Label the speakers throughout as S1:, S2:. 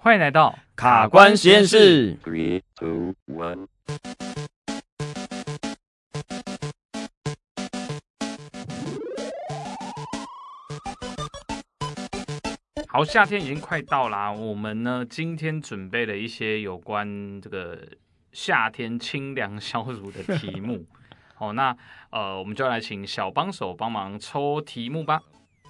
S1: 欢迎来到
S2: 卡关实验室。
S3: 3, 2, 1。
S1: 好，夏天已经快到啦，我们呢今天准备了一些有关这个夏天清凉消暑的题目。好，那我们就来请小帮手帮忙抽题目吧。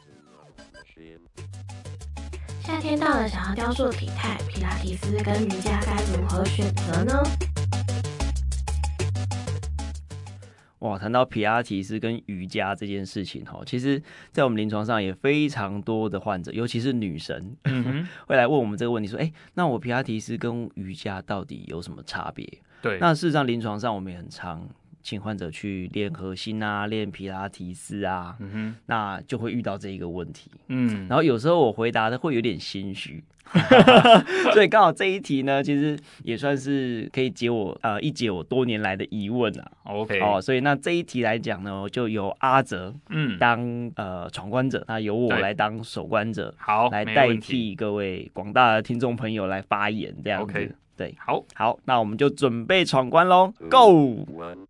S4: 夏天到了，想要雕塑体态，皮拉提斯跟瑜伽该如何选择呢？
S2: 哇，谈到皮拉提斯跟瑜伽这件事情，其实在我们临床上也非常多的患者，尤其是女生，会来问我们这个问题，说：那我皮拉提斯跟瑜伽到底有什么差别？
S1: 对，
S2: 那事实上临床上我们也很常请患者去练核心啊，练皮拉提斯啊，那就会遇到这一个问题，然后有时候我回答的会有点心虚，所以刚好这一题呢，其实也算是可以解我多年来的疑问啊。
S1: OK，
S2: 所以那这一题来讲呢，就由阿哲当闯关者，那由我来当守关者，
S1: 好，
S2: 来代替各位广大的听众朋友来发言，这样子。
S1: OK，
S2: 对，
S1: 好，
S2: 那我们就准备闯关咯 ，Go！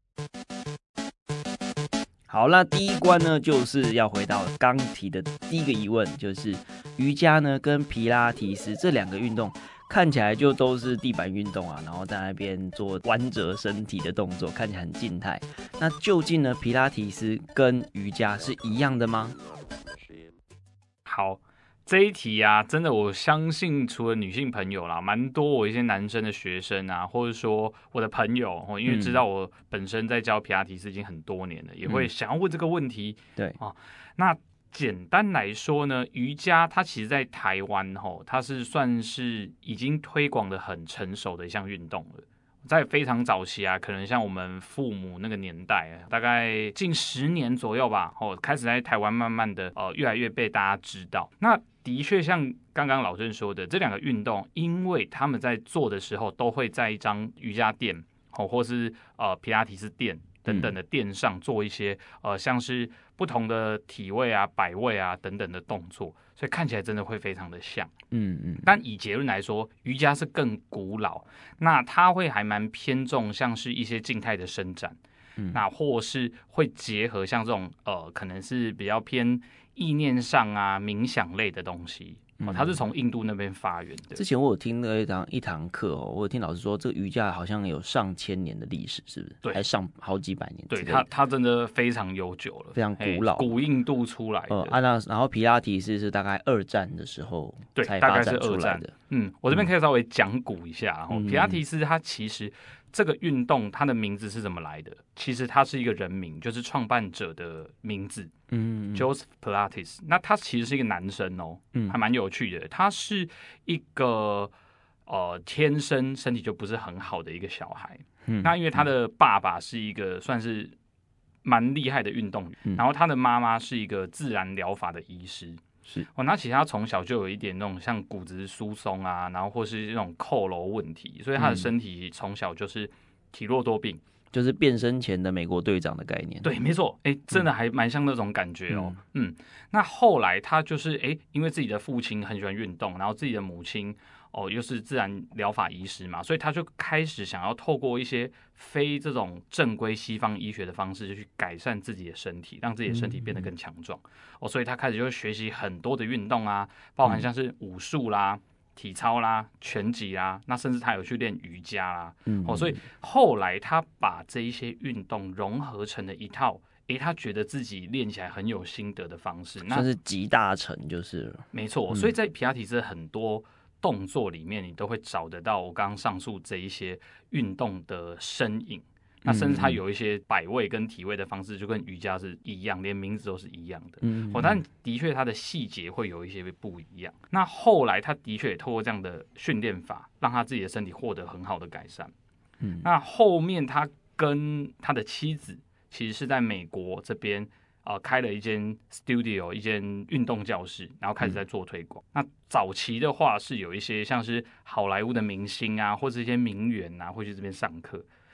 S2: 好，那第一关呢，就是要回到刚提的第一个疑问，就是瑜伽呢跟皮拉提斯这两个运动看起来就都是地板运动啊，然后在那边做弯折身体的动作，看起来很静态。那究竟呢，皮拉提斯跟瑜伽是一样的吗？
S1: 好。这一题啊，真的我相信除了女性朋友啦，蛮多我一些男生的学生啊，或者说我的朋友，因为知道我本身在教皮拉提斯已经很多年了，也会想要问这个问题。
S2: 对
S1: 啊，那简单来说呢，瑜伽它其实在台湾它是算是已经推广的很成熟的一项运动了。在非常早期啊，可能像我们父母那个年代，大概近10年左右吧，开始在台湾慢慢的越来越被大家知道。那的确像刚刚老郑说的，这两个运动，因为他们在做的时候都会在一张瑜伽垫或是皮拉提斯垫等等的垫上做一些像是不同的体位啊、摆位啊等等的动作，所以看起来真的会非常的像。但以结论来说，瑜伽是更古老，那它会还蛮偏重像是一些静态的伸展，那或是会结合像这种可能是比较偏意念上啊、冥想类的东西。它是从印度那边发源的。
S2: 之前我有听了一堂课我有听老师说，这个瑜伽好像有上千年的历史，是不是？
S1: 对，
S2: 还上好几百年。
S1: 对，它真的非常悠久了，
S2: 非常古老，
S1: 古印度出来的。
S2: 然后皮拉提斯是大概2战的时候才发展出来的。
S1: 我这边可以稍微讲古一下。皮拉提斯它其实这个运动它的名字是怎么来的？其实它是一个人名，就是创办者的名字。Joseph Pilates， 那他其实是一个男生还蛮有趣的。他是一个天生身体就不是很好的一个小孩。那因为他的爸爸是一个算是蛮厉害的运动员，然后他的妈妈是一个自然疗法的医师。那其实他从小就有一点那种像骨质疏松啊，然后或是这种佝偻问题，所以他的身体从小就是体弱多病。
S2: 就是变身前的美国队长的概念。
S1: 对，没错，真的还蛮像那种感觉那后来他就是因为自己的父亲很喜欢运动，然后自己的母亲又是自然疗法医师嘛，所以他就开始想要透过一些非这种正规西方医学的方式，就去改善自己的身体，让自己的身体变得更强壮。所以他开始就学习很多的运动啊，包含像是武术啦、体操啦、拳击啦，那甚至他有去练瑜伽啦。所以后来他把这一些运动融合成了一套他觉得自己练起来很有心得的方式，
S2: 那是集大成就是了。
S1: 没错，所以在皮拉提斯很多动作里面，你都会找得到我刚刚上述这一些运动的身影。那甚至它有一些摆位跟体位的方式，就跟瑜伽是一样，连名字都是一样的。但的确它的细节会有一些不一样。那后来他的确也透过这样的训练法，让他自己的身体获得很好的改善。那后面他跟他的妻子其实是在美国这边开了一间 studio， 一间运动教室，然后开始在做推广。那早期的话是有一些像是好莱坞的明星啊，或者一些名媛啊，会去这边上课。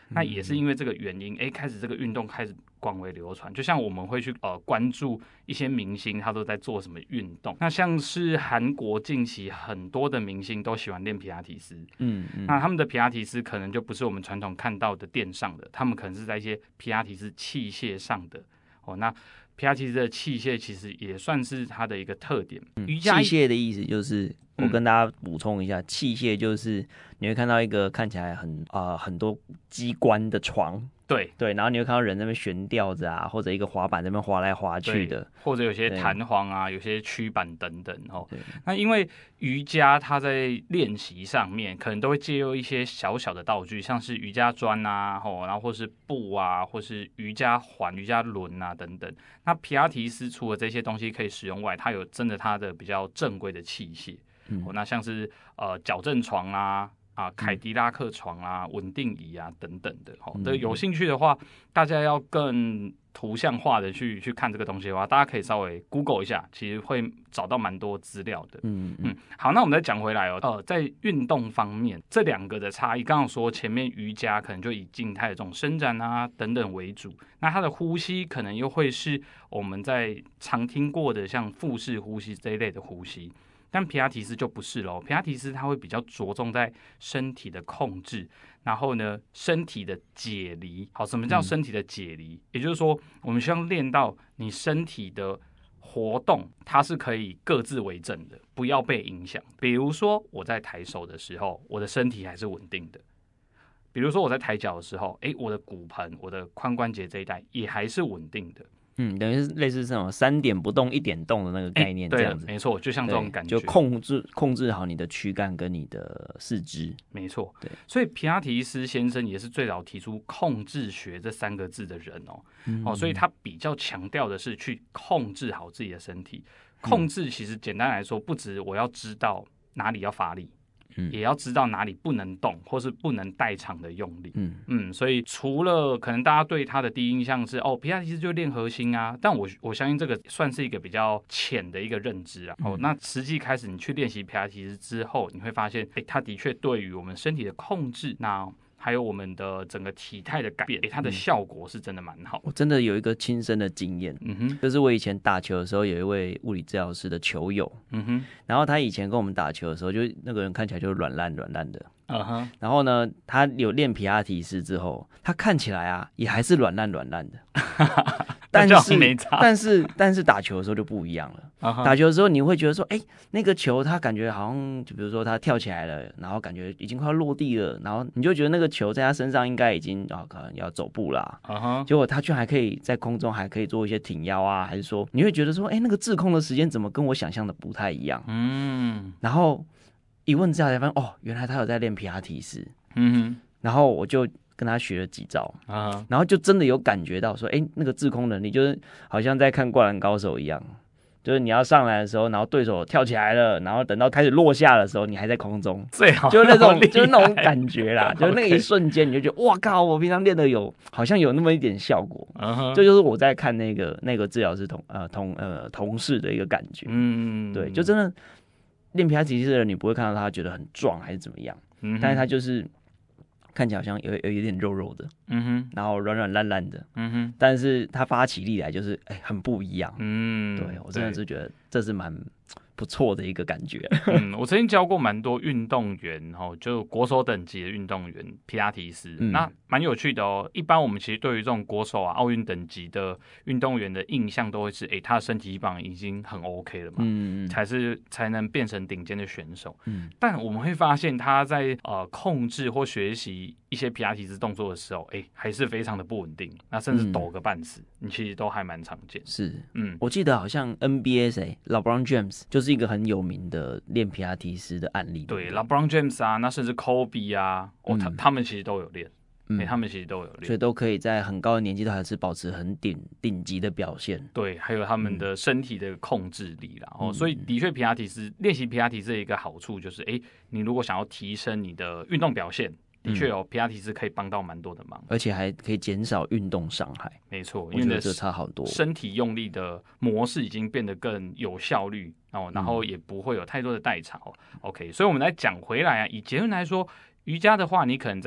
S1: 那也是因为这个原因，开始这个运动开始广为流传。就像我们会去关注一些明星，他都在做什么运动。那像是韩国近期很多的明星都喜欢练皮拉提斯，那他们的皮拉提斯可能就不是我们传统看到的垫上的，他们可能是在一些皮拉提斯器械上的。那皮拉提斯的器械其实也算是它的一个特点。瑜伽
S2: 器械的意思就是，我跟大家补充一下，器械就是你会看到一个看起来很多机关的床。对，然后你会看到人在那边悬吊着啊，或者一个滑板在那边滑来滑去的，
S1: 或者有些弹簧啊，有些曲板等等那因为瑜伽它在练习上面可能都会借用一些小小的道具，像是瑜伽砖啊，然后或是布啊，或是瑜伽环、瑜伽轮啊等等。那皮拉提斯除了这些东西可以使用外，它有真的它的比较正规的器械。那像是矫正床啊。凯迪拉克床啊、稳定椅啊等等的，有兴趣的话，大家要更图像化的去看这个东西的话，大家可以稍微 Google 一下，其实会找到蛮多资料的。好，那我们再讲回来在运动方面，这两个的差异，刚刚说前面瑜伽可能就以静态的这种伸展啊等等为主，那它的呼吸可能又会是我们在常听过的像腹式呼吸这一类的呼吸。但皮拉提斯就不是咯，皮拉提斯它会比较着重在身体的控制，然后呢，身体的解离。好，什么叫身体的解离？也就是说，我们希望练到你身体的活动，它是可以各自为政的，不要被影响。比如说，我在抬手的时候，我的身体还是稳定的；比如说我在抬脚的时候，我的骨盆、我的髋关节这一带也还是稳定的。
S2: 等于是类似这种3点不动1点动的那个概念，这样子，
S1: 没错，就像这种感觉，
S2: 就控制好你的躯干跟你的四肢，
S1: 没错，
S2: 对。
S1: 所以皮拉提斯先生也是最早提出控制学这3个字的人所以他比较强调的是去控制好自己的身体。控制其实简单来说，不止我要知道哪里要发力。也要知道哪里不能动，或是不能代偿的用力。所以除了可能大家对他的第一印象是皮拉提斯就练核心啊，但我相信这个算是一个比较浅的一个认知啊。那实际开始你去练习皮拉提斯之后，你会发现，它的确对于我们身体的控制，那还有我们的整个体态的改变，它的效果是真的蛮好。
S2: 我真的有一个亲身的经验，就是我以前打球的时候，有一位物理治疗师的球友，然后他以前跟我们打球的时候，就那个人看起来就是软烂的，然后呢，他有练皮拉提斯之后，他看起来啊也还是软烂的，但是打球的时候就不一样了。打球的时候你会觉得说，那个球他感觉好像，就比如说他跳起来了，然后感觉已经快要落地了，然后你就觉得那个球在他身上应该已经可能要走步啦，结果他居然还可以在空中还可以做一些挺腰啊，还是说你会觉得说，那个滞空的时间怎么跟我想象的不太一样？然后一问之下才发现，原来他有在练皮拉提斯。然后我就跟他学了几招，然后就真的有感觉到说，那个滞空能力就是好像在看《灌篮高手》一样，就是你要上来的时候，然后对手跳起来了，然后等到开始落下的时候，你还在空中，
S1: 最好
S2: 就是那种感觉啦，就是那个一瞬间你就觉得，哇靠，我平常练的好像有那么一点效果，这就是我在看那个治疗师同事的一个感觉，对，就真的练皮拉提斯的人，你不会看到他觉得很壮还是怎么样，但是他就是看起来好像有一点肉肉的，然后软软烂烂的，但是他发起力来就是很不一样，对，我真的是觉得这是蛮不错的一个感觉。
S1: 我曾经教过蛮多运动员就国手等级的运动员皮拉提斯，那蛮有趣的一般我们其实对于这种国手啊、奥运等级的运动员的印象都会是，他的身体基本上已经很 OK 了嘛，才能变成顶尖的选手。但我们会发现他在控制或学习一些皮拉提斯动作的时候，还是非常的不稳定，那甚至抖个半死，你其实都还蛮常见。
S2: 是，我记得好像 NBA LeBron James 就是一个很有名的练皮拉提斯的案例。
S1: 对 LeBron James 啊，那甚至 Kobe 啊，他们其实都有练。他们其实都有练，
S2: 所以都可以在很高的年纪都还是保持很顶级的表现。
S1: 对，还有他们的身体的控制力啦。所以的确皮拉提斯练习皮拉提斯的一个好处就是，你如果想要提升你的运动表现，的确皮拉提斯可以帮到蛮多的忙，
S2: 而且还可以减少运动伤害。
S1: 没错，
S2: 因为这差好多，
S1: 身体用力的模式已经变得更有效率然后也不会有太多的代偿。OK， 所以我们来讲回来啊，以结论来说，瑜伽的话，你可能在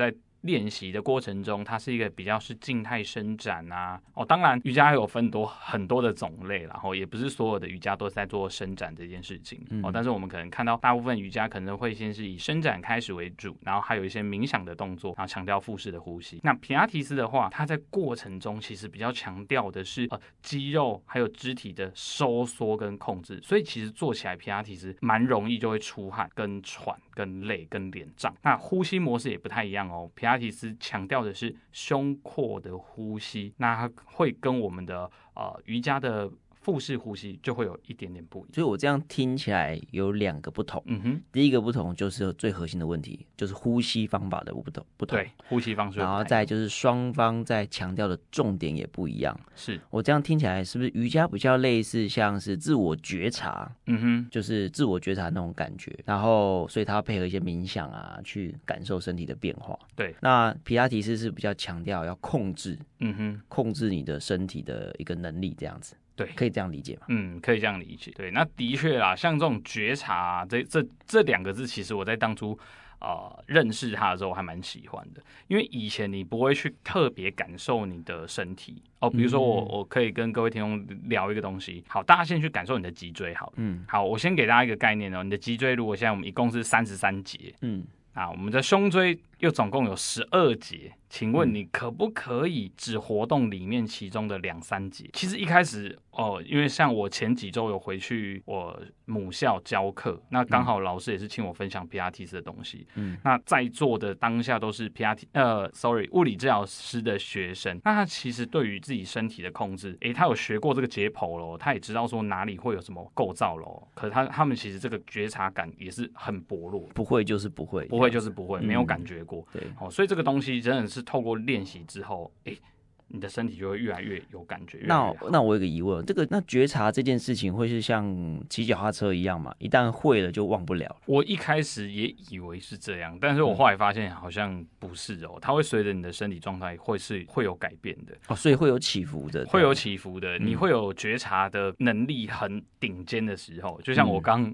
S1: 练习的过程中，它是一个比较是静态伸展啊。当然瑜伽有分很多的种类，然后也不是所有的瑜伽都是在做伸展这件事情。但是我们可能看到大部分瑜伽可能会先是以伸展开始为主，然后还有一些冥想的动作，然后强调腹式的呼吸。那皮拉提斯的话，它在过程中其实比较强调的是肌肉还有肢体的收缩跟控制，所以其实做起来皮拉提斯蛮容易就会出汗、跟喘、跟累、跟脸胀。那呼吸模式也不太一样哦，皮拉提斯强调的是胸廓的呼吸，那它会跟我们的瑜伽的腹式呼吸就会有一点点不一样。
S2: 所以我这样听起来有2个不同。第一个不同就是最核心的问题，就是呼吸方法的不同。
S1: 对，呼吸方式。
S2: 然后再就是双方在强调的重点也不一样。
S1: 是
S2: 我这样听起来是不是瑜伽比较类似像是自我觉察？就是自我觉察那种感觉。然后所以它要配合一些冥想啊，去感受身体的变化。
S1: 对。
S2: 那皮拉提斯是比较强调要控制，控制你的身体的一个能力，这样子。
S1: 对，
S2: 可以这样理解吗？
S1: 可以这样理解。对，那的确啦，像这种觉察这2个字，其实我在当初认识它的时候，我还蛮喜欢的，因为以前你不会去特别感受你的身体比如说我可以跟各位听众聊一个东西。好，大家先去感受你的脊椎好了。好，我先给大家一个概念你的脊椎如果现在我们一共是33节，我们的胸椎又总共有12节，请问你可不可以只活动里面其中的2-3节？其实一开始因为像我前几周有回去我母校教课，那刚好老师也是请我分享皮拉提斯的东西。那在座的当下都是物理治疗师的学生，那他其实对于自己身体的控制，他有学过这个解剖咯，他也知道说哪里会有什么构造咯，可是他们其实这个觉察感也是很薄弱，
S2: 不会就是不会，
S1: 不会就是不会，没有感觉过。
S2: 对，
S1: 所以这个东西真的是透过练习之后，你的身体就会越来越有感觉。
S2: 那我有个疑问，那觉察这件事情会是像骑脚踏车一样吗？一旦会了就忘不了？
S1: 我一开始也以为是这样，但是我后来发现好像不是它会随着你的身体状态会有改变的。
S2: 所以会有起伏的，
S1: 会有起伏的。你会有觉察的能力很顶尖的时候，就像我刚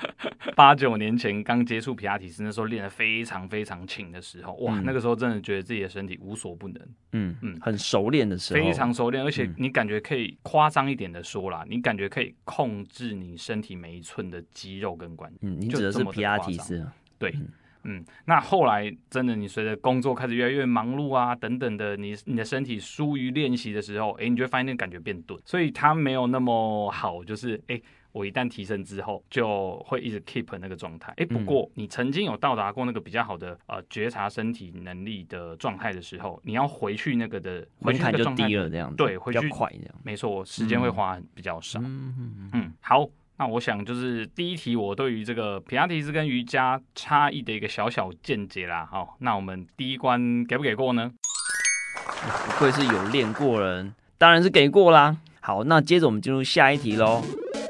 S1: 8-9年前刚接触皮拉提斯，那时候练得非常非常勤的时候，哇，那个时候真的觉得自己的身体无所不能，
S2: 很熟练的时候，
S1: 非常熟练，而且你感觉可以夸张一点的说啦，你感觉可以控制你身体每一寸的肌肉跟关节。
S2: 你指的是皮拉提斯？
S1: 对。那后来真的，你随着工作开始越来越忙碌啊，等等的，你的身体疏于练习的时候，你就会发现那感觉变钝，所以它没有那么好，就是我一旦提升之后，就会一直 keep 那个状态。不过你曾经有到达过那个比较好的觉察身体能力的状态的时候，你要回去那个的
S2: 门槛就低了，这样子。
S1: 对，回去
S2: 比较快这样。
S1: 没错，时间会花比较少。好。那我想就是第一题，我对于这个皮拉提斯跟瑜伽差异的一个小小见解啦。好，那我们第一关给不给过呢？
S2: 不愧是有练过人，当然是给过啦。好，那接着我们进入下一题咯。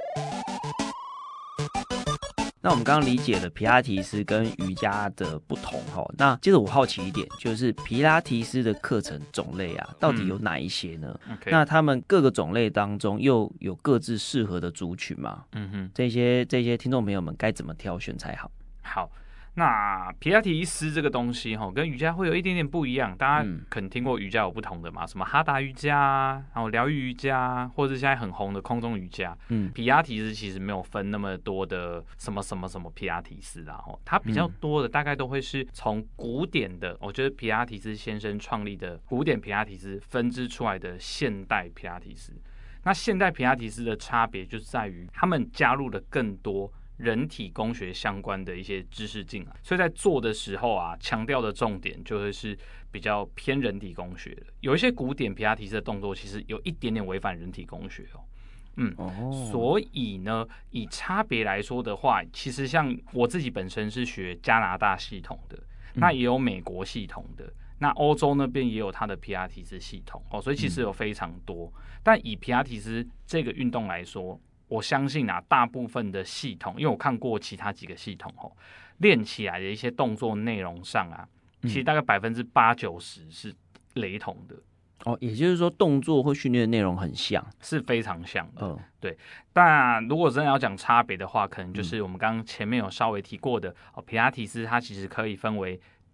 S2: 那我们刚刚理解了皮拉提斯跟瑜伽的不同那接着我好奇一点，就是皮拉提斯的课程种类啊，到底有哪一些呢？那他们各个种类当中又有各自适合的族群吗？这些听众朋友们该怎么挑选才好？
S1: 好。那皮拉提斯这个东西跟瑜伽会有一点点不一样，大家可能听过瑜伽有不同的嘛，什么哈达瑜伽，然后疗愈瑜伽，或者是现在很红的空中瑜伽。皮拉提斯其实没有分那么多的什么皮拉提斯啦，它比较多的大概都会是从古典的，我觉得皮拉提斯先生创立的古典皮拉提斯分支出来的现代皮拉提斯。那现代皮拉提斯的差别就在于他们加入了更多人体工学相关的一些知识进来，所以在做的时候啊，强调的重点就会是比较偏人体工学的。有一些古典皮拉提斯的动作，其实有一点点违反人体工学所以呢，以差别来说的话，其实像我自己本身是学加拿大系统的，那也有美国系统的，那欧洲那边也有它的皮拉提斯系统所以其实有非常多。但以皮拉提斯这个运动来说，我相信大部分的系统，因为我看过其他几个系统练起来的一些动作内容上啊，其实大概80%-90%是雷同的。
S2: 也就是说动作或训练的内容很像，
S1: 是非常像的。对。但如果真的要讲差别的话，可能就是我们刚刚前面有稍微提过的皮拉提斯，它其实可以分为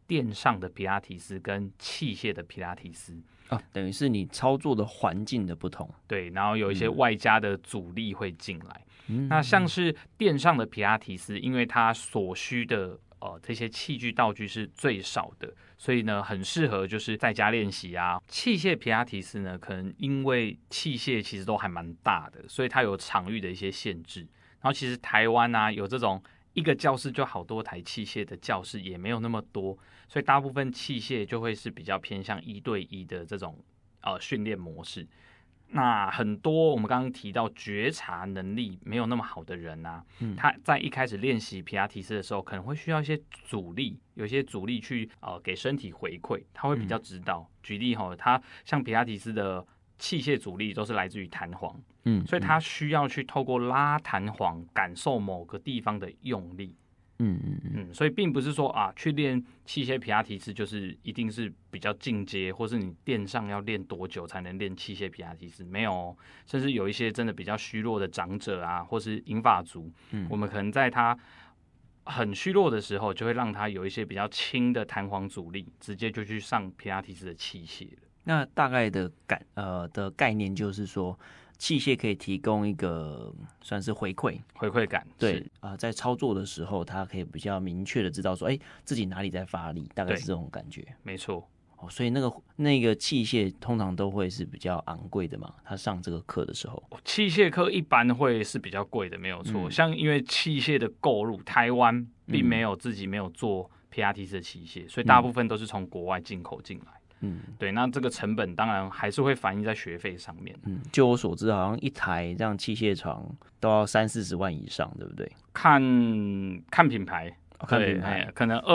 S1: 垫上的皮拉提斯跟器械的皮拉提斯。
S2: 等于是你操作的环境的不同，
S1: 对，然后有一些外加的阻力会进来。那像是垫上的皮拉提斯，因为它所需的这些器具道具是最少的，所以呢很适合就是在家练习啊。器械皮拉提斯呢，可能因为器械其实都还蛮大的，所以它有场域的一些限制。然后其实台湾啊有这种一个教室就好多台器械的教室也没有那么多，所以大部分器械就会是比较偏向1对1的这种训练模式。那很多我们刚刚提到觉察能力没有那么好的人啊，他在一开始练习皮拉提斯的时候，可能会需要一些阻力，有一些阻力去给身体回馈，他会比较知道。举例他像皮拉提斯的器械阻力都是来自于弹簧，所以他需要去透过拉弹簧感受某个地方的用力。所以并不是说去练器械皮拉提斯就是一定是比较进阶，或是你垫上要练多久才能练器械皮拉提斯，没有甚至有一些真的比较虚弱的长者啊，或是银发族，我们可能在他很虚弱的时候，就会让他有一些比较轻的弹簧阻力，直接就去上皮拉提斯的器械了。
S2: 那大概的概念就是说，器械可以提供一个算是回馈
S1: 感，
S2: 对在操作的时候，他可以比较明确的知道说，自己哪里在发力，大概是这种感觉。
S1: 没错。
S2: 所以那个器械通常都会是比较昂贵的嘛，他上这个课的时候，
S1: 器械课一般会是比较贵的，没有错。像因为器械的购入，台湾并没有自己没有做皮拉提斯的器械，所以大部分都是从国外进口进来。对，那这个成本当然还是会反映在学费上面。
S2: 就我所知，好像一台这样器械床都要30-40万以上，对不对？
S1: 看品牌，可能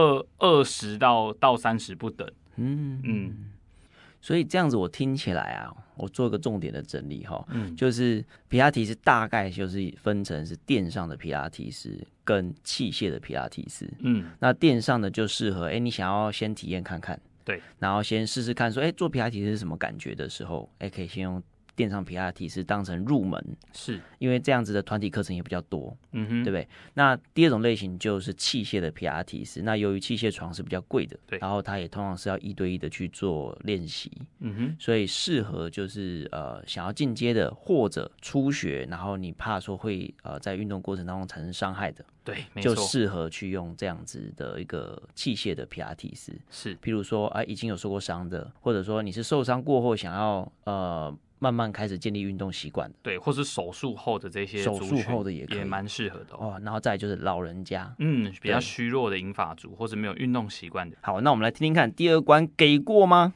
S1: 20到30不等。
S2: 所以这样子我听起来啊，我做一个重点的整理哈，就是皮拉提斯大概就是分成是垫上的皮拉提斯跟器械的皮拉提斯。那垫上的就适合你想要先体验看看。
S1: 对，
S2: 然后先试试看说，做皮拉提斯是什么感觉的时候，可以先用垫上皮拉提斯当成入门，
S1: 是
S2: 因为这样子的团体课程也比较多，对不对？那第二种类型就是器械的皮拉提斯，那由于器械床是比较贵的，
S1: 对，
S2: 然后它也通常是要1对1的去做练习，所以适合就是想要进阶的或者初学，然后你怕说会在运动过程当中产生伤害的。
S1: 对，没错，
S2: 就适合去用这样子的一个器械的皮拉提斯，
S1: 是，
S2: 譬如说已经有受过伤的，或者说你是受伤过后想要慢慢开始建立运动习惯的，
S1: 对，或是手术后的这些
S2: 手术后的也可以，
S1: 也蛮适合的
S2: 然后再来就是老人家，
S1: 比较虚弱的银发族或者没有运动习惯的。
S2: 好，那我们来听听看，第2关给过吗？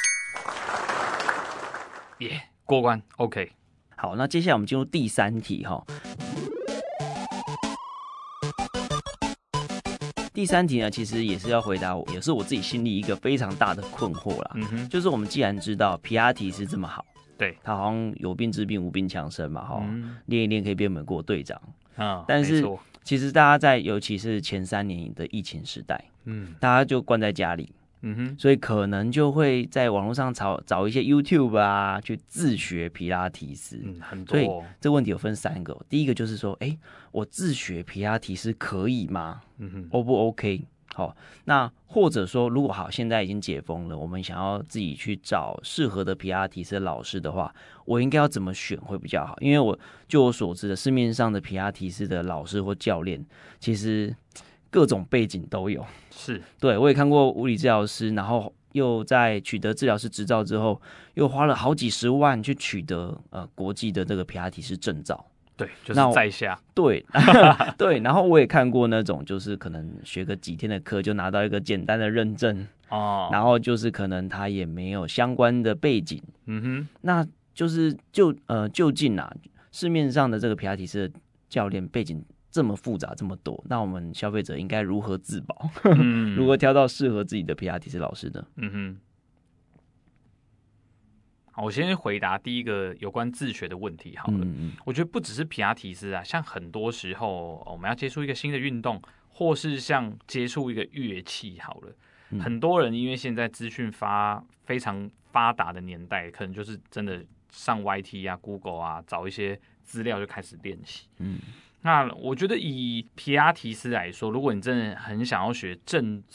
S1: 过关 ，OK。
S2: 好，那接下来我们进入第3题哈。第3题呢，其实也是要回答也是我自己心里一个非常大的困惑啦。就是我们既然知道皮拉提斯这么好，
S1: 对，
S2: 他好像有病治病，无病强身嘛，练一练可以变美国队长。但是其实大家在尤其是前3年的疫情时代，大家就关在家里。所以可能就会在网络上找一些 YouTube 啊，去自学皮拉提斯。
S1: 很多。
S2: 所以这个问题有分3个。第一个就是说，我自学皮拉提斯可以吗？O 不 OK？ 好，那或者说，如果好现在已经解封了，我们想要自己去找适合的皮拉提斯老师的话，我应该要怎么选会比较好？因为就我所知的，市面上的皮拉提斯的老师或教练，其实各种背景都有，
S1: 是，对，
S2: 我也看过物理治疗师，然后又在取得治疗师执照之后，又花了好几10万去取得国际的这个皮拉提斯证照。
S1: 对，就是在下。
S2: 对对，然后我也看过那种，就是可能学个几天的课就拿到一个简单的认证然后就是可能他也没有相关的背景。那就是究竟市面上的这个皮拉提斯的教练背景这么复杂这么多，那我们消费者应该如何自保？如何挑到适合自己的皮拉提斯老师呢？
S1: 好，我先回答第一个有关自学的问题好了。我觉得不只是皮拉提斯啊，像很多时候我们要接触一个新的运动，或是像接触一个乐器好了，很多人因为现在资讯非常发达的年代，可能就是真的上 YT 啊、Google 啊，找一些资料就开始练习。那我觉得以皮拉提斯来说，如果你真的很想要学正宗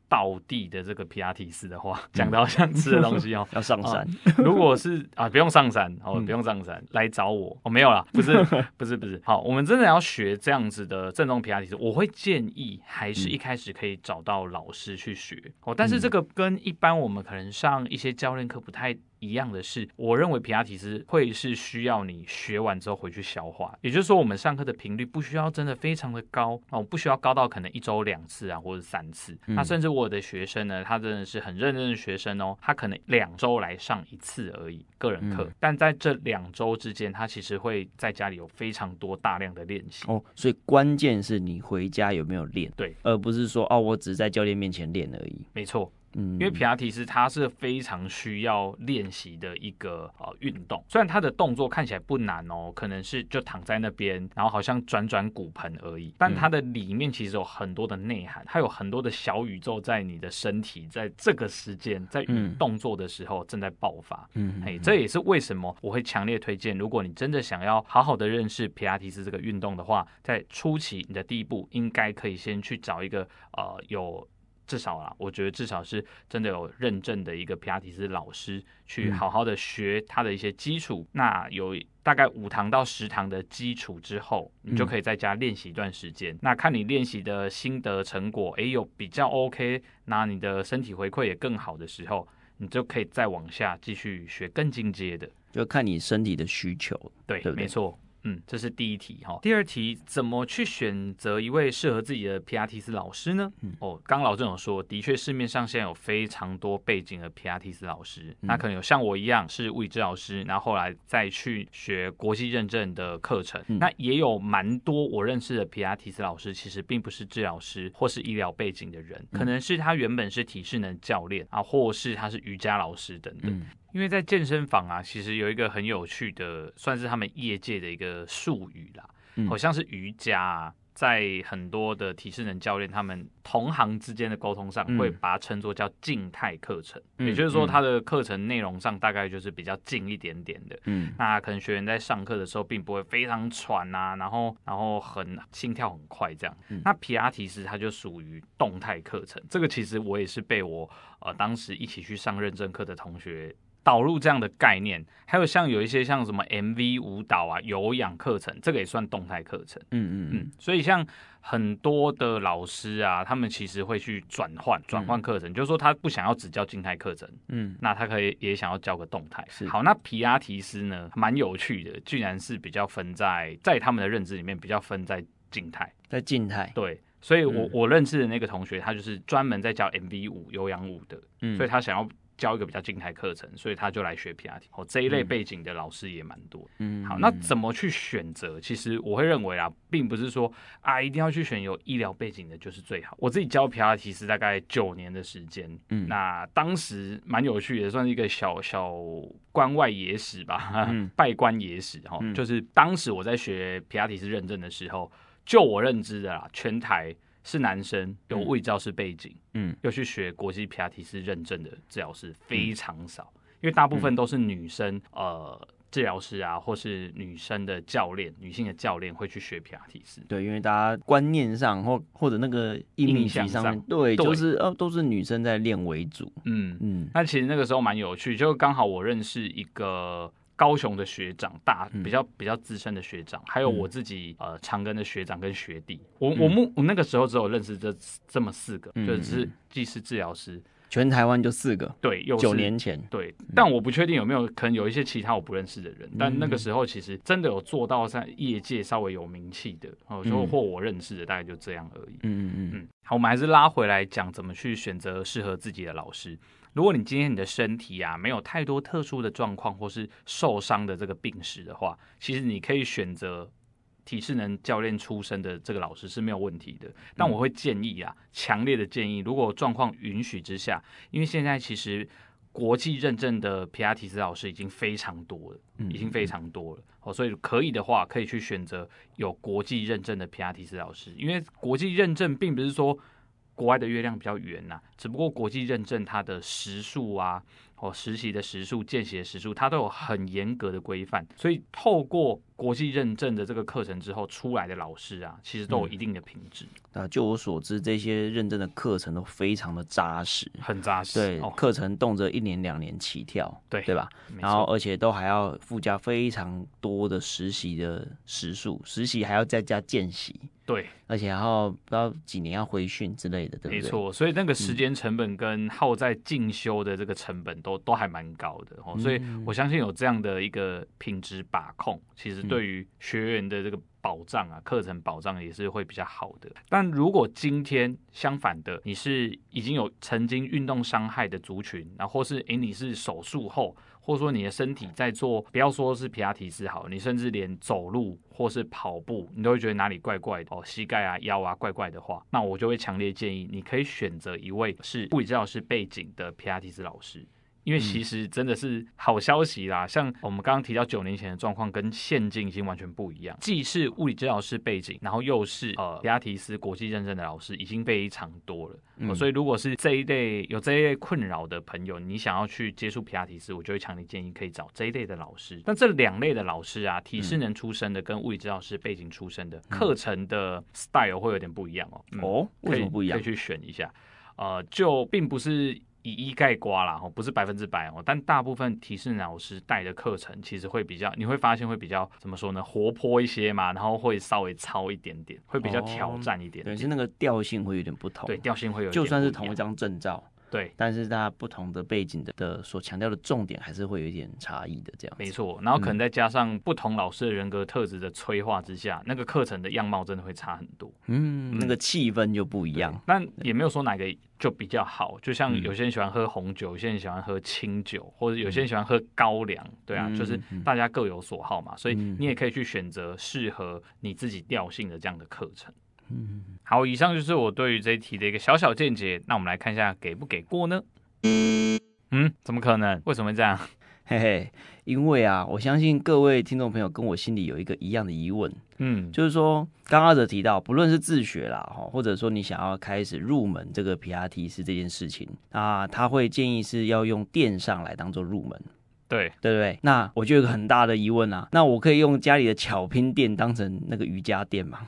S1: 道地的这个皮拉提斯的话，讲的好像吃的东西哦，
S2: 要上山。
S1: 如果是不用上山哦，不用上山，来找我哦，没有啦，不是。好，我们真的要学这样子的正宗皮拉提斯，我会建议还是一开始可以找到老师去学哦。但是这个跟一般我们可能上一些教练课不太一样的是，我认为皮拉提斯会是需要你学完之后回去消化，也就是说，我们上课的频率不需要真的非常的高哦，不需要高到可能1周2次啊，或者3次。那甚至我的学生呢，他真的是很认真的学生哦，他可能2周来上1次而已个人课，但在这2周之间，他其实会在家里有非常多大量的练习
S2: 哦。所以关键是你回家有没有练，
S1: 对，
S2: 而不是说我只是在教练面前练而已。
S1: 没错。因为皮拉提斯它是非常需要练习的一个运动，虽然它的动作看起来不难哦，可能是就躺在那边，然后好像转骨盆而已，但它的里面其实有很多的内涵，它有很多的小宇宙在你的身体在这个时间在动作的时候正在爆发。这也是为什么我会强烈推荐，如果你真的想要好好的认识皮拉提斯这个运动的话，在初期你的第一步应该可以先去找一个至少啦，我觉得至少是真的有认证的一个皮拉提斯老师，去好好的学他的一些基础。那有大概5堂到10堂的基础之后，你就可以在家练习一段时间。那看你练习的心得成果，有比较 OK， 那你的身体回馈也更好的时候，你就可以再往下继续学更进阶的，
S2: 就看你身体的需求。
S1: 对，
S2: 对不对？
S1: 没错。这是第一题哈。第二题，怎么去选择一位适合自己的皮拉提斯老师呢？刚老郑有说，的确市面上现在有非常多背景的皮拉提斯老师，那可能有像我一样是物理治疗师，然后后来再去学国际认证的课程。那也有蛮多我认识的皮拉提斯老师，其实并不是治疗师或是医疗背景的人，可能是他原本是体适能教练啊，或是他是瑜伽老师等等。因为在健身房啊，其实有一个很有趣的，算是他们业界的一个术语啦，好像是瑜伽啊，在很多的体适能教练他们同行之间的沟通上，会把它称作叫静态课程，也就是说，它的课程内容上大概就是比较静一点点的。那可能学员在上课的时候，并不会非常喘啊，然后很心跳很快这样。那皮拉提斯它就属于动态课程，这个其实我也是被我当时一起去上认证课的同学导入这样的概念，还有有一些像什么 MV 舞蹈啊、有氧课程，这个也算动态课程。所以像很多的老师啊，他们其实会去转换课程，就是说他不想要只教静态课程，那他可以也想要教个动态。好，那皮拉提斯呢，蛮有趣的，居然是比较分在他们的认知里面比较分在静态，对。所以我认识的那个同学，他就是专门在教 MV 舞、有氧舞的，所以他想要教一个比较静态课程，所以他就来学皮拉提。这一类背景的老师也蛮多。好，那怎么去选择？其实我会认为啦，并不是说一定要去选有医疗背景的就是最好。我自己教皮拉提是大概9年的时间，那当时蛮有趣的，算是一个小关外野史吧，拜关野史哈。就是当时我在学皮拉提斯认证的时候，就我认知的啦，全台是男生有物理治疗师背景，又去学国际皮拉提斯认证的治疗师非常少，因为大部分都是女生治疗师啊，或是女性的教练会去学皮拉提斯。
S2: 对，因为大家观念上或者那个印象上面，对，都是女生在练为主。
S1: 那其实那个时候蛮有趣，就刚好我认识一个高雄的学长，比较资深的学长，还有我自己长庚的学长跟学弟。我那个时候只有认识这么4个，就是既是治疗师，
S2: 全台湾就4个。对，9年前。
S1: 对，但我不确定有没有可能有一些其他我不认识的人，但那个时候其实真的有做到在业界稍微有名气的，或我认识的大概就这样而已。好，我们还是拉回来讲怎么去选择适合自己的老师。如果你今天你的身体啊没有太多特殊的状况或是受伤的这个病史的话，其实你可以选择体适能教练出身的这个老师是没有问题的。但我会建议啊，强烈的建议，如果状况允许之下，因为现在其实国际认证的皮拉提斯老师已经非常多了，所以可以的话，可以去选择有国际认证的皮拉提斯老师，因为国际认证并不是说国外的月亮比较圆呐，只不过国际认证它的时数啊。实习的时数、见习的时数，它都有很严格的规范，所以透过国际认证的这个课程之后出来的老师啊，其实都有一定的品质。
S2: 就我所知，这些认证的课程都非常的扎实，
S1: 很扎实。
S2: 对，课程动辄1年2年起跳，对吧？然后而且都还要附加非常多的实习的时数，实习还要再加见习。
S1: 对，
S2: 而且还要不知道几年要回训之类的，对不对？
S1: 没错，所以那个时间成本跟耗在进修的这个成本都还蛮高的所以我相信有这样的一个品质把控，其实对于学员的这个保障啊，课程保障也是会比较好的。但如果今天相反的，你是已经有曾经运动伤害的族群，然后或是你是手术后，或者说你的身体在做，不要说是皮拉提斯好，你甚至连走路或是跑步，你都会觉得哪里怪怪的膝盖啊、腰啊怪怪的话，那我就会强烈建议你可以选择一位是物理治疗师背景的皮拉提斯老师。因为其实真的是好消息啦，像我们刚刚提到9年前的状况跟现今已经完全不一样，既是物理治疗师背景，然后又是皮拉提斯国际认证的老师，已经非常多了。所以如果是有这一类困扰的朋友，你想要去接触皮拉提斯，我就会强烈建议可以找这一类的老师。但这2类的老师啊，体适能出身的跟物理治疗师背景出身的，课程的 style 会有点不一样
S2: 为什么不一样？
S1: 可以去选一下。就并不是以一概括啦，不是100%但大部分体适能老师带的课程其实会比较，你会发现会比较怎么说呢，活泼一些嘛，然后会稍微糙一点点，会比较挑战一点点，
S2: 对，是那个调性会有点不同，
S1: 对，调性会有点不一样，
S2: 就算是同一张证照。
S1: 对，
S2: 但是它不同的背景的所强调的重点还是会有一点差异的，这样子。
S1: 没错，然后可能再加上不同老师的人格特质的催化之下，那个课程的样貌真的会差很多。
S2: 那个气氛就不一样。
S1: 但也没有说哪个就比较好，就像有些人喜欢喝红酒，有些人喜欢喝清酒，或者有些人喜欢喝高粱，对啊，就是大家各有所好嘛，所以你也可以去选择适合你自己调性的这样的课程。好，以上就是我对于这一题的一个小小见解。那我们来看一下给不给过呢？怎么可能？为什么会这样？
S2: 嘿嘿，因为啊，我相信各位听众朋友跟我心里有一个一样的疑问，就是说，刚刚阿哲提到，不论是自学啦，或者说你想要开始入门这个皮拉提斯这件事情，那他会建议是要用垫上来当做入门。对不对？那我就有一个很大的疑问啊，那我可以用家里的巧拼垫当成那个瑜伽垫吗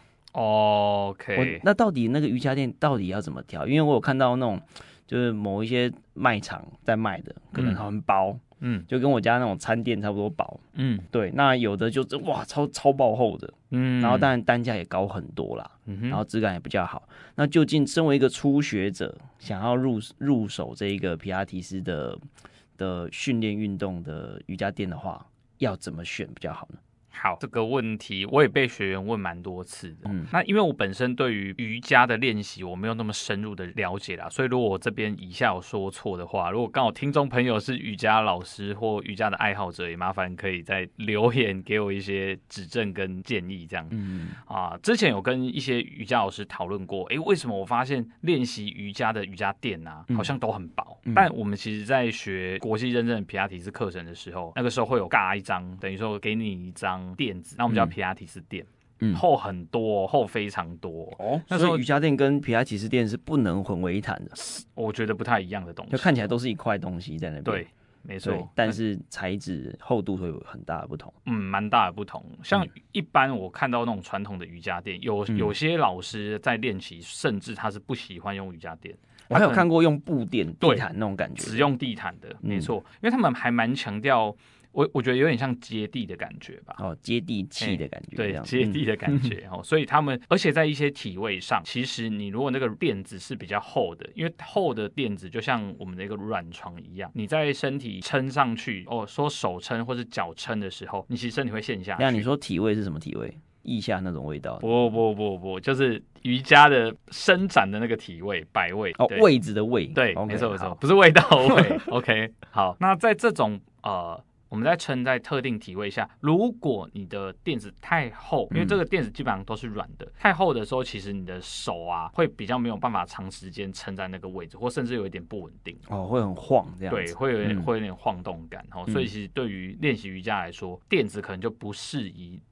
S1: ？OK，
S2: 那到底那个瑜伽垫到底要怎么调？因为我有看到那种就是某一些卖场在卖的，可能很薄，就跟我家那种餐垫差不多薄，对。那有的就是哇超爆厚的，然后当然单价也高很多啦，然后质感也比较好。那究竟身为一个初学者，想要入手这一个皮拉提斯的训练运动的瑜伽垫的话，要怎么选比较好呢？
S1: 好，这个问题我也被学员问蛮多次的。那因为我本身对于瑜伽的练习我没有那么深入的了解啦，所以如果我这边以下有说错的话，如果刚好听众朋友是瑜伽老师或瑜伽的爱好者，也麻烦可以在留言给我一些指正跟建议这样。之前有跟一些瑜伽老师讨论过，为什么我发现练习瑜伽的瑜伽垫啊，好像都很薄，但我们其实在学国际认证的皮拉提斯课程的时候，那个时候会有尬一张，等于说给你一张垫子，那我们叫皮拉提斯垫，厚很多，厚非常多
S2: 那时候瑜伽垫跟皮拉提斯垫是不能混为一谈的，
S1: 我觉得不太一样的东西，
S2: 就看起来都是一块东西在那边。
S1: 对，没错，
S2: 但是材质厚度会有很大的不同，
S1: 蛮大的不同。像一般我看到那种传统的瑜伽垫，有些老师在练习，甚至他是不喜欢用瑜伽垫。
S2: 我还有看过用布垫、地毯那种感觉，
S1: 只用地毯的，没错，因为他们还蛮强调。我觉得有点像接地的感觉吧，
S2: 接地气的感觉，
S1: 对，接地的感觉所以他们，而且在一些体位上，其实你如果那个垫子是比较厚的，因为厚的垫子就像我们的一个软床一样，你在身体撑上去，说手撑或是脚撑的时候，你其实身体会陷下去。
S2: 那你说体位是什么体位？腋下那种味道？
S1: 不，就是瑜伽的伸展的那个体位，摆位
S2: 位置的位，
S1: 对，没错，不是味道位。OK， 好，那在这种我们在撑在特定体位下，如果你的垫子太厚，因为这个垫子基本上都是软的，太厚的时候，其实你的手啊会比较没有办法长时间撑在那个位置，或甚至有一点不稳定，
S2: 会很晃这样子，
S1: 对，会有点晃动感，所以其实对于练习瑜伽来说，垫子可能就不适宜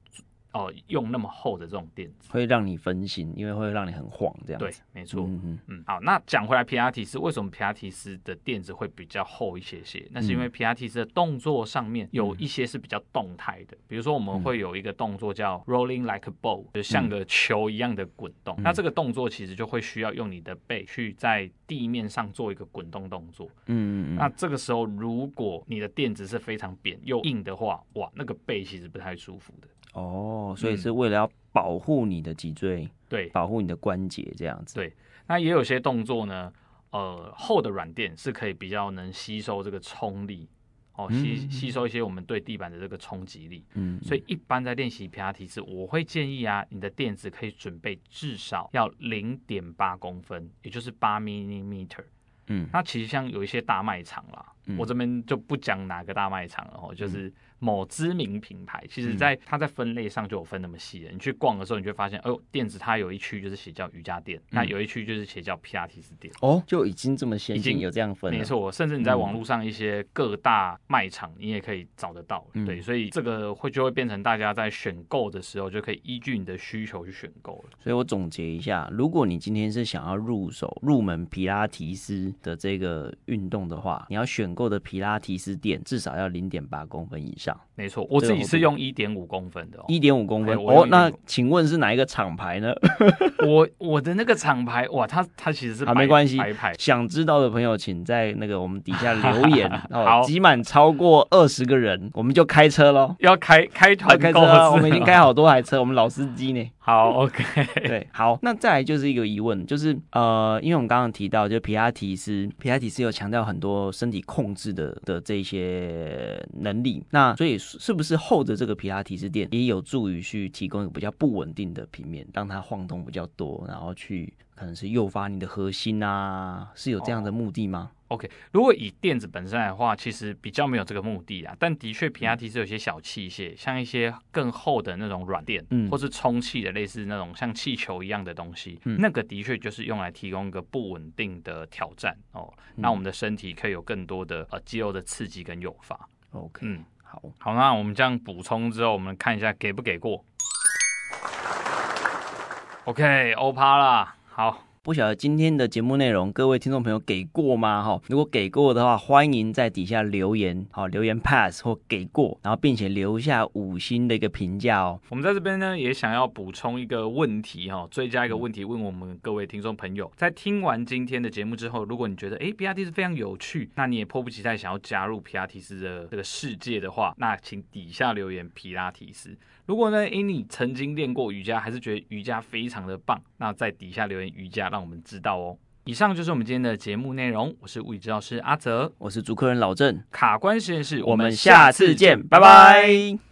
S1: 用那么厚的这种垫子，
S2: 会让你分心，因为会让你很晃这样子。
S1: 对，没错。好，
S2: 嗯
S1: 那讲回来，皮拉提斯为什么皮拉提斯的垫子会比较厚一些些？那是因为皮拉提斯的动作上面有一些是比较动态的，比如说我们会有一个动作叫 rolling like a ball， 就像个球一样的滚动。那这个动作其实就会需要用你的背去在地面上做一个滚动动作。那这个时候，如果你的垫子是非常扁又硬的话，哇，那个背其实不太舒服的。
S2: 所以是为了要保护你的脊椎，
S1: 对，
S2: 保护你的关节这样子。
S1: 对，那也有些动作呢，厚的软垫是可以比较能吸收这个冲力，吸收一些我们对地板的这个冲击力。所以一般在练习皮拉提斯，我会建议啊，你的垫子可以准备至少要 0.8 公分，也就是8 mm。那其实像有一些大卖场啦，我这边就不讲哪个大卖场了，就是某知名品牌，其实它在分类上就有分那么细的。你去逛的时候，你就会发现，垫子它有一区就是写叫瑜伽垫，那有一区就是写叫皮拉提斯垫。
S2: 就已经这么先进，有这样分了。
S1: 没错，甚至你在网络上一些各大卖场，你也可以找得到。对，所以这个就会变成大家在选购的时候，就可以依据你的需求去选购了。
S2: 所以我总结一下，如果你今天是想要入门皮拉提斯的这个运动的话，你要选购的皮拉提斯垫至少要 0.8 公分以上。
S1: 没错，我自己是用 1.5 公分的
S2: 1.5公分。那请问是哪一个厂牌呢？
S1: 我的那个厂牌，哇，它其实是
S2: 没关系，
S1: 白牌。
S2: 想知道的朋友，请在那个我们底下留言。好，集满超过20个人，我们就开车咯。
S1: 要开团购
S2: 我们已经开好多台车，我们老司机呢。
S1: 好 ，OK，
S2: 对，好，那再来就是一个疑问，就是因为我们刚刚提到，就皮拉提斯有强调很多身体控制的这些能力，那所以是不是厚的这个皮拉提斯垫也有助于去提供一个比较不稳定的平面，让它晃动比较多，然后去可能是诱发你的核心啊，是有这样的目的吗
S1: ？OK， 如果以垫子本身来的话，其实比较没有这个目的啦。但的确，皮拉提斯有些小器械，像一些更厚的那种软垫，或是充气的，类似那种像气球一样的东西，那个的确就是用来提供一个不稳定的挑战那我们的身体可以有更多的肌肉的刺激跟诱发。
S2: OK，
S1: 好，那我们这样补充之后，我们看一下给不给过。OK， 欧趴啦，好。
S2: 不晓得今天的节目内容，各位听众朋友给过吗？如果给过的话，欢迎在底下留言，留言 pass 或给过，然后并且留下5星的一个评价哦。
S1: 我们在这边呢，也想要补充一个问题追加一个问题问我们各位听众朋友，在听完今天的节目之后，如果你觉得皮拉提斯非常有趣，那你也迫不及待想要加入皮拉提斯的这个世界的话，那请底下留言皮拉提斯。如果呢，你曾经练过瑜伽，还是觉得瑜伽非常的棒，那在底下留言瑜伽，让我们知道哦。以上就是我们今天的节目内容，我是物理治疗师阿泽，
S2: 我是主持人老郑，
S1: 卡关实验室，
S2: 我们下次见，拜拜。